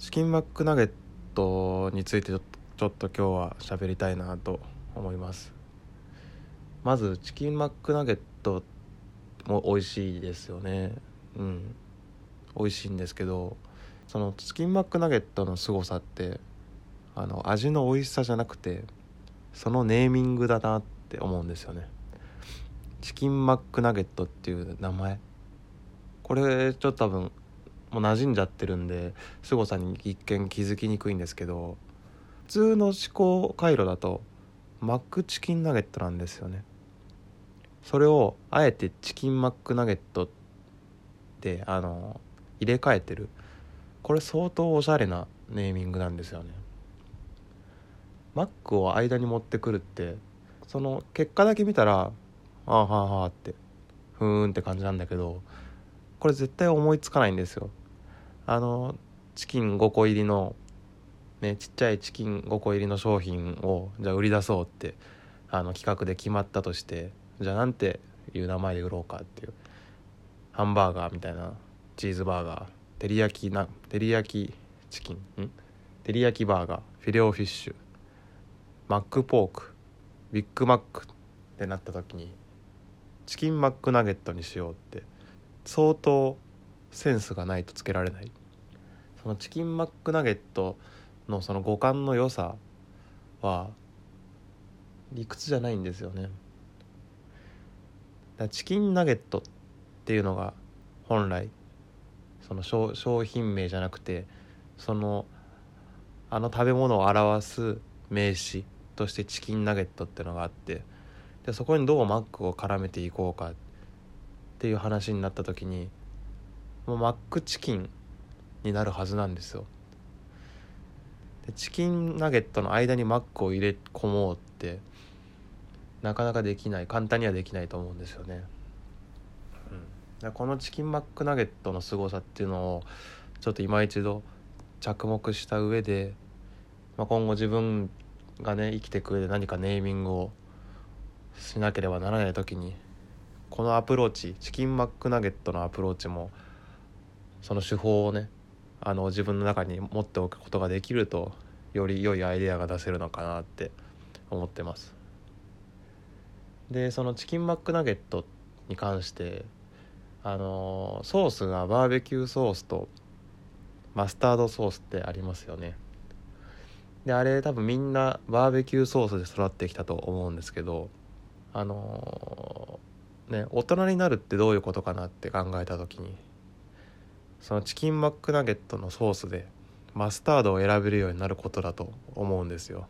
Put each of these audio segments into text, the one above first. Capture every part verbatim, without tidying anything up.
チキンマックナゲットについてちょっとちょっと今日は喋りたいなと思います。まずチキンマックナゲットも美味しいですよね。うん美味しいんですけど、そのチキンマックナゲットの凄さってあの味の美味しさじゃなくて、そのネーミングだなって思うんですよね。チキンマックナゲットっていう名前、これちょっと多分もう馴染んじゃってるんで凄さに一見気づきにくいんですけど、普通の思考回路だとマックチキンナゲットなんですよね。それをあえてチキンマックナゲットってあの入れ替えてる、これ相当おしゃれなネーミングなんですよね。マックを間に持ってくるって、その結果だけ見たらああはあはあってふーんって感じなんだけど、これ絶対思いつかないんですよ。あのチキンごこ入りのね、ちっちゃいチキンごこ入りの商品をじゃあ売り出そうってあの企画で決まったとして、じゃあなんていう名前で売ろうかっていう、ハンバーガーみたいな、チーズバーガー、照り焼きな照り焼きチキンん照り焼きバーガー、フィレオフィッシュ、マックポーク、ビッグマックってなった時にチキンマックナゲットにしようって相当センスがないとつけられない。そのチキンマックナゲットのその五感の良さは理屈じゃないんですよね。だからチキンナゲットっていうのが本来その 商, 商品名じゃなくて、そのあの食べ物を表す名詞としてチキンナゲットっていうのがあって、でそこにどうマックを絡めていこうかっていう話になった時に、もうマックチキンになるはずなんですよ。でチキンナゲットの間にマックを入れ込もうってなかなかできない、簡単にはできないと思うんですよね。うん、でこのチキンマックナゲットの凄さっていうのをちょっと今一度着目した上で、まあ、今後自分がね生きていく上で何かネーミングをしなければならない時に、このアプローチ、チキンマックナゲットのアプローチもその手法をねあの自分の中に持っておくことができると、より良いアイデアが出せるのかなって思ってます。でそのチキンマックナゲットに関してあのソースがバーベキューソースとマスタードソースってありますよね。であれ多分みんなバーベキューソースで育ってきたと思うんですけど、あのー、ね大人になるってどういうことかなって考えた時に、そのチキンマックナゲットのソースでマスタードを選べるようになることだと思うんですよ。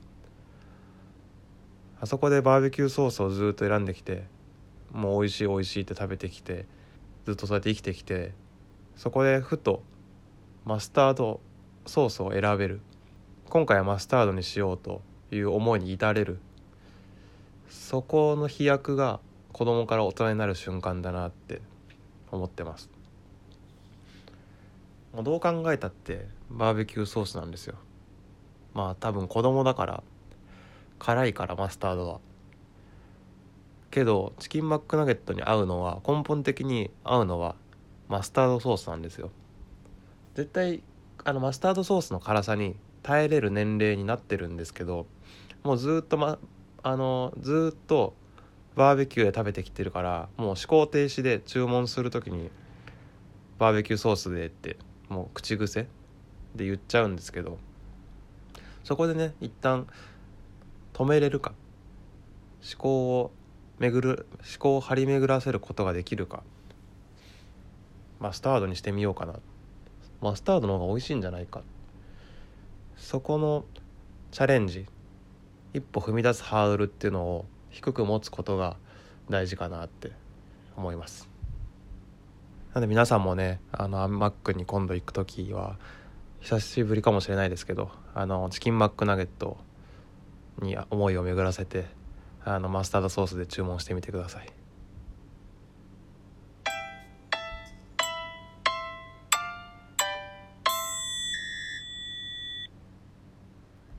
あそこでバーベキューソースをずっと選んできて、もう美味しい美味しいって食べてきて、ずっとそうやって生きてきて、そこでふとマスタードソースを選べる、今回はマスタードにしようという思いに至れる、そこの飛躍が子供から大人になる瞬間だなって思ってます。もうどう考えたってバーベキューソースなんですよ。まあ多分子供だから辛いからマスタードは、けどチキンマックナゲットに合うのは、根本的に合うのはマスタードソースなんですよ。絶対あのマスタードソースの辛さに耐えれる年齢になってるんですけど、もうずっと、ま、あのずっとバーベキューで食べてきてるから、もう思考停止で注文するときにバーベキューソースでってもう口癖で言っちゃうんですけど、そこでね一旦止めれるか、思考を巡る思考を張り巡らせることができるか、マスタードにしてみようかな、マスタードの方が美味しいんじゃないか、そこのチャレンジ、一歩踏み出すハードルっていうのを低く持つことが大事かなって思います。なので皆さんもね、あのマックに今度行くときは久しぶりかもしれないですけど、あのチキンマックナゲットに思いを巡らせて、あのマスタードソースで注文してみてください。